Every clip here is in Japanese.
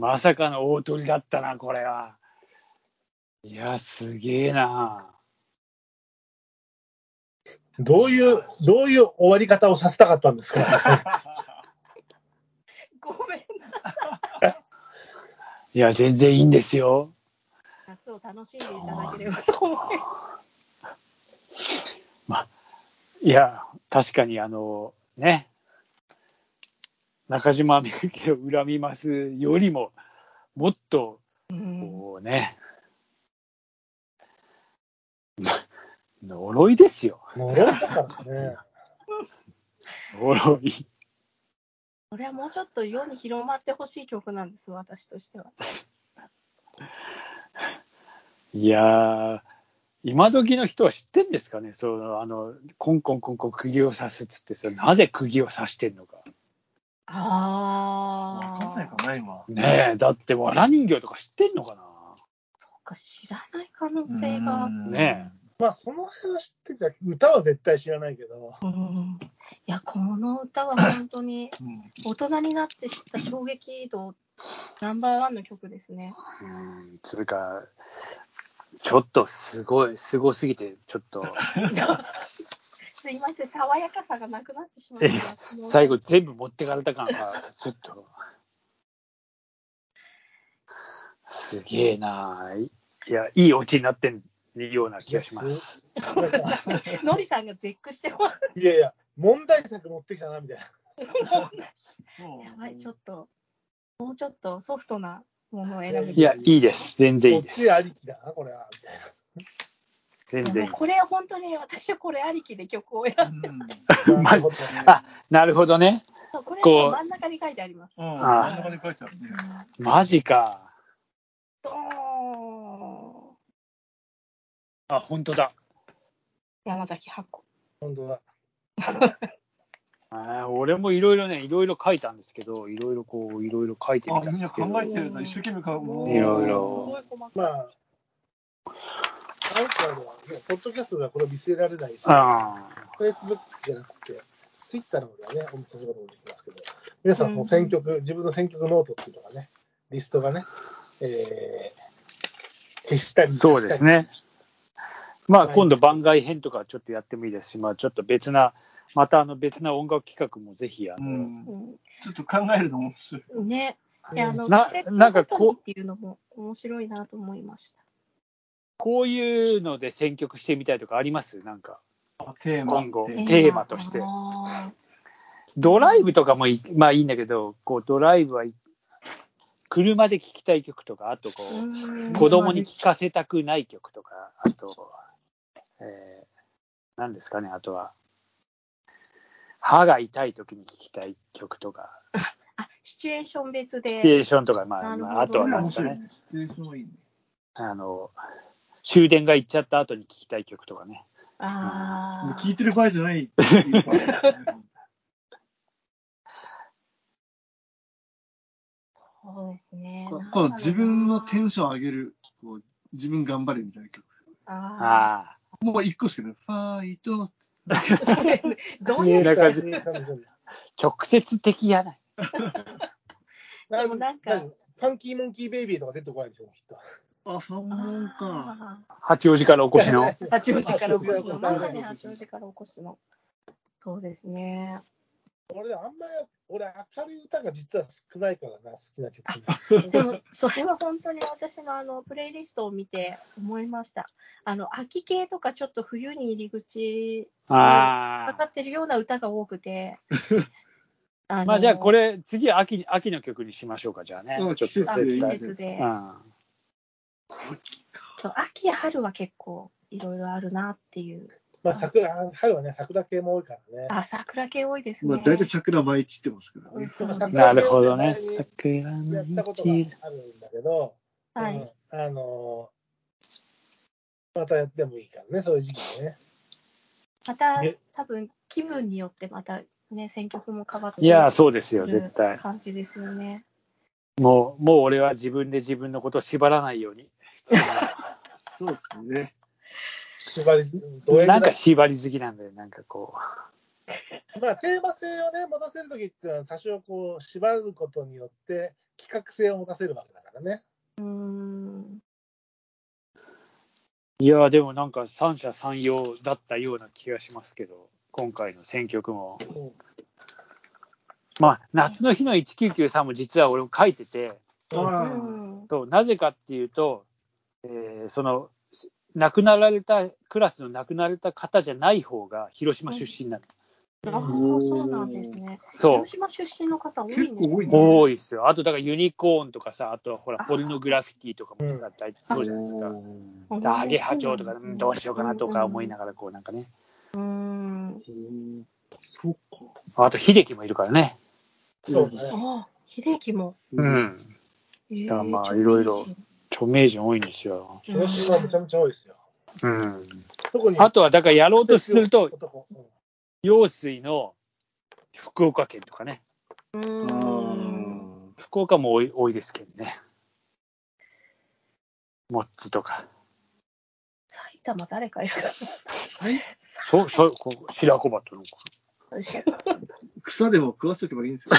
まさかの大鳥だったな、これは。いや、すげえな。 どういう終わり方をさせたかったんですか？ ごめんなさい。 いや、全然いいんですよ。 夏を楽しんでいただければと思います。 いや、確かにね、中島みゆきを恨みますよりも、もっと、こうね、呪いですよ。 呪いだからね。 呪い。 これはもうちょっと世に広まってほしい曲なんです、私としては。 いやー、今時の人は知ってんですかね、コンコンコンコン釘を刺すっつってさ、なぜ釘を刺してんのか。 あわかんないかな、今。 ねえ、だってわら人形とか知ってんのかな。 そうか、知らない可能性が。 ねまあその辺は知ってた。歌は絶対知らないけど。 いや、この歌は本当に大人になって知った衝撃度ナンバーワンの曲ですね。 つうか、ちょっとすごすぎて、ちょっと。 すいません、爽やかさがなくなってしまった。 最後全部持ってかれた感が、ちょっと。すげえな。いや、いいオチになってるような気がします。 のりさんが絶句してます。 いやいや、問題作持ってきたなみたいな。 やばい、ちょっと、もうちょっとソフトなものを選ぶ。 いや、いいです。全然いいです。 こっちありきだな、これは。みたいな。 全然いい。 これ本当に私はこれありきで曲を選んでます。 なるほどね。 これは真ん中に書いてあります。 真ん中に書いてあるね。 マジか。 ドーン。 あ、本当だ。 山崎箱。 本当だ。 俺もいろいろ書いたんですけど、いろいろ書いてみたんみんなですけど。 考えてるんだ、一生懸命考えてる。 いろいろ。 まあ、アンカーでは、ね、ポッドキャストではこれ見せられないし、フェイスブックじゃなくて、ツイッターの方ではね、お見せすることもできますけど、皆さん、その選曲、自分の選曲ノートっていうのがね、リストがね、消したり。 そうですね。まあ、今度番外編とかちょっとやってもいいですし、まあ、ちょっとまた別な音楽企画もぜひちょっと考えるのも面白い。 ね。 なんかこうっていうのも面白いなと思いました。 こういうので選曲してみたいとかあります？なんか今後テーマとして。ドライブとかもまあいいんだけど、こうドライブは車で聴きたい曲とか、あとこう子供に聴かせたくない曲とか、あと何ですかね、あとは歯が痛い時に聴きたい曲とか。 シチュエーション別で。 シチュエーションとか、まあ、あとは何ですかね。 シチュエーションはいいね。 終電が行っちゃった後に聴きたい曲とかね。 聴いてる場合じゃない。 そうですね。 この自分のテンション上げる、こう自分頑張れみたいな曲。もう一個しかない。ファイト。 どういう直接的やない。 でもなんか、ファンキーモンキーベイビーとか出てこないでしょ、きっと。 ファンモンか。 八王子からお越しの。 八王子からお越しの。まさに八王子からお越しの。そうですね。 俺明るい歌が実は少ないからな、好きな曲。 でもそれは本当に私のプレイリストを見て思いました。秋系とかちょっと冬に入り口かかってるような歌が多くて。 まあじゃあこれ次秋の曲にしましょうか、じゃあね。 季節で。秋や春は結構いろいろあるなっていう。 まあ春はね、桜系も多いからね。 桜系多いですね。 まあ大体桜毎日ってますからね。 なるほどね。桜やったことがあるんだけど、またやってもいいからね、そういう時期ね。 また多分気分によってまたね、選曲も変わってくる。 いや、そうですよ、絶対。 感じですよね。 もう俺は自分で自分のことを縛らないように。 そうですね。 なんか縛り好きなんだよ、なんかこう。まあテーマ性をね、持たせるときっていうのは多少こう縛ることによって企画性を持たせるわけだからね。 いや、でもなんか三者三様だったような気がしますけど、今回の選曲も。まあ、夏の日の1993も実は俺も書いてて、なぜかっていうと、その、亡くなられた、クラスの亡くなられた方じゃない方が広島出身なの。 そうなんですね。広島出身の方多いんですね。 多いですよ。あとだからユニコーンとかさ、あとはほらポルノグラフィティとかもさ、大体そうじゃないですか。アゲハチョウとか、どうしようかなとか思いながらこうなんかね。 そうか。 あと秀樹もいるからね。 そうね。 秀樹も。 だからまあいろいろ著名人多いんですよ。 広島はめちゃめちゃ多いですよ。 あとはだからやろうとすると。陽水の福岡県とかね。福岡も多いですけどね。モッツとか。 埼玉誰かいるかな。 白子バットの。 草でも食わせとけばいいんですよ。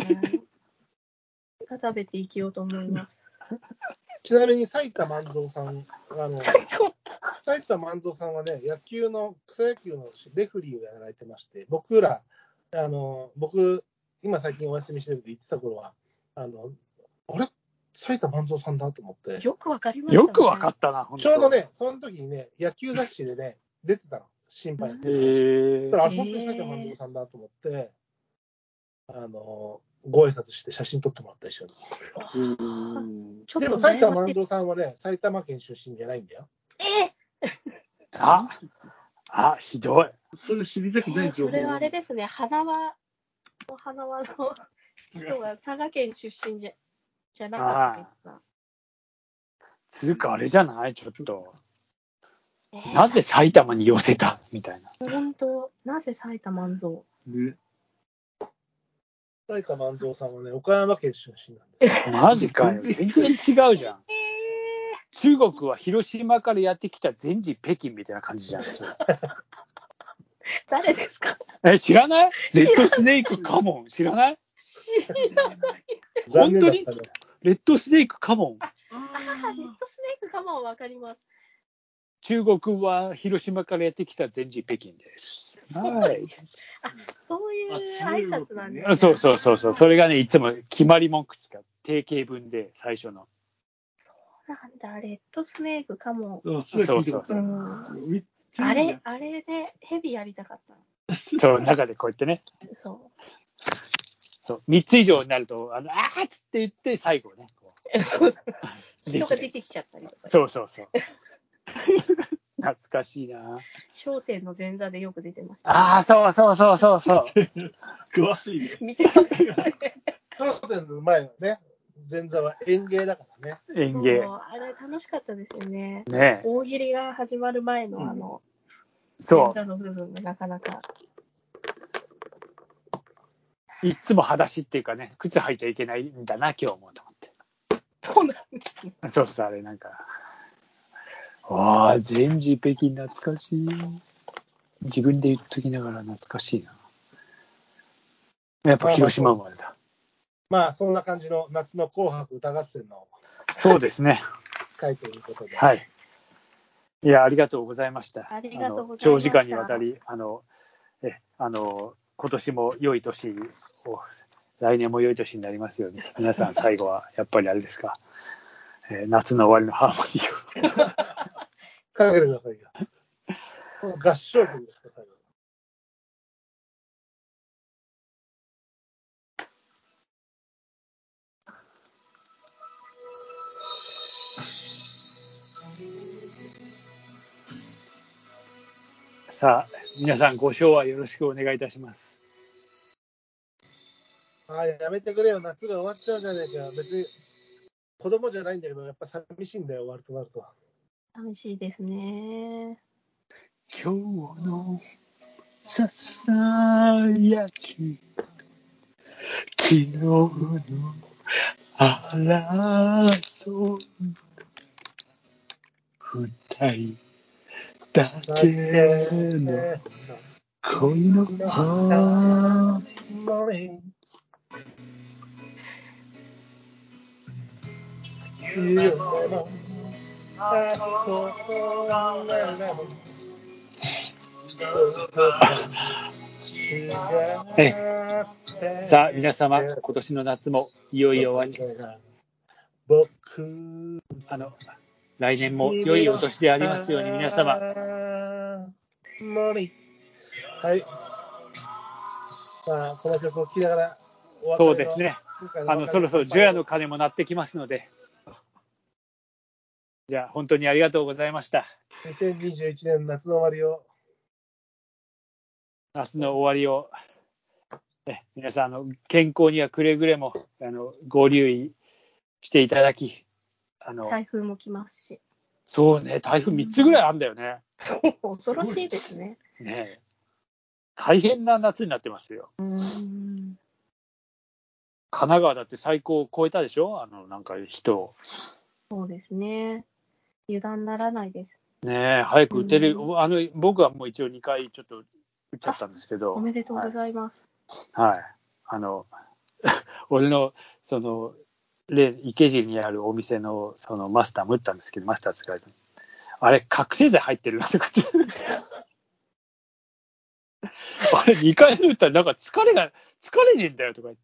食べて生きようと思います。 ちなみに埼玉万蔵さん、埼玉万蔵さんはね、草野球のレフリーをやられてまして、僕、今最近お休みしてるって言ってた頃は、あれ埼玉万蔵さんだと思って。 よくわかりましたね。 よくわかったな、 ちょうどね、その時にね、野球雑誌でね、出てたの、審判やってたら、本当に埼玉万蔵さんだと思って、ご挨拶して写真撮ってもらった一緒に。でも埼玉万蔵さんはね、埼玉県出身じゃないんだよ。 ひどい。 それ知りたくない情報。 それはあれですね、花輪の人が佐賀県出身じゃなかったですか。 つうかあれじゃないちょっと。なぜ埼玉に寄せたみたいな。 本当、なぜ埼玉万蔵。 埼玉万蔵さんはね、岡山県出身なんです。 マジかよ。全然違うじゃん。中国は広島からやってきた全治北京みたいな感じじゃん。 誰ですか？ 知らない？レッドスネークカモン。知らない？ 知らない。 本当にレッドスネークカモン。 レッドスネークカモンわかります。 中国は広島からやってきた全治北京です。はい。 そういう挨拶なんですね。 そう。それがね、いつも決まり文句使う。定型文で最初の。 そうなんだ、レッドスネークカモン。そう。 あれでヘビやりたかった。 そう、中でこうやってね。そう、3つ以上になると、っつって言って、最後ね。 そう。人が出てきちゃったりとか。 そう。懐かしいな。 笑点の前座でよく出てました。 そう。 詳しいね。 見てましたね。 笑点の前はね、前座は演芸だからね。 演芸。 あれ楽しかったですよね。 ね。 大喜利が始まる前の前座の部分がなかなか。 いつも裸足っていうかね、靴履いちゃいけないんだな、今日もと思って。 そうなんですね。 そう、あれなんか。全治北京懐かしい。自分で言っときながら懐かしいな。やっぱ広島生まれだ。 まあ、そんな感じの夏の紅白歌合戦の。 そうですね。 回ということで。 はい。いや、ありがとうございました。 ありがとうございました。 長時間にわたり、今年も良い年を、来年も良い年になりますように。皆さん最後はやっぱりあれですか。夏の終わりのハーモニーを。 かけてくださいよ。合唱曲ですか、最後。 さあ、皆さんご唱和よろしくお願いいたします。 やめてくれよ、夏が終わっちゃうじゃねえか。別に子供じゃないんだけど、やっぱ寂しいんだよ、終わるとなると。 寂しいですね。 今日のささやき、昨日の争い、二人だけの恋のハーモニー。 夢もあとなもさあ皆様、今年の夏もいよいよ終わりです。来年も良いお年でありますように皆様。 はい。まあ、この曲を聴きながらそうですね。そろそろ除夜の鐘も鳴ってきますので。じゃあ本当にありがとうございました。 2021年夏の終わりを。 皆さん健康にはくれぐれもご留意していただき、 台風も来ますし。 そうね、台風3つぐらいあるんだよね。 そう恐ろしいですね。 ね、大変な夏になってますよ。 神奈川だって最高を超えたでしょ、なんか人。 そうですね。油断ならないです。 ねえ、早く打てる。僕はもう一応2回ちょっと打っちゃったんですけど。 おめでとうございます。 はい。俺の池尻にあるお店のマスターも打ったんですけど、マスター使えずに。あれ、覚醒剤入ってるなとかって。あれ、2回目打ったらなんか疲れねえんだよとか言って。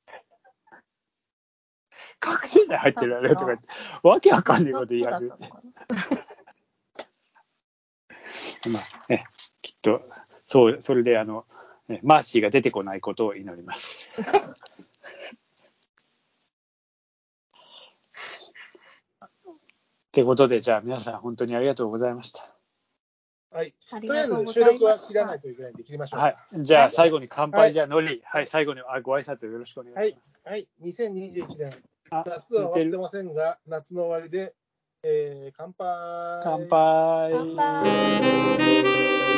覚醒剤入ってるあれとか言って。わけわかんねえこと言い始めて。きっとそれでマーシーが出てこないことを祈ります。ってことで、じゃあ皆さん本当にありがとうございました。 はい。とりあえず収録は切らないといけないんで切りましょう。 はい。じゃあ最後に乾杯、じゃあノリ、はい、最後にご挨拶よろしくお願いします。 はい。2021年夏は終わってませんが、夏の終わりで、乾杯。 乾杯。 乾杯。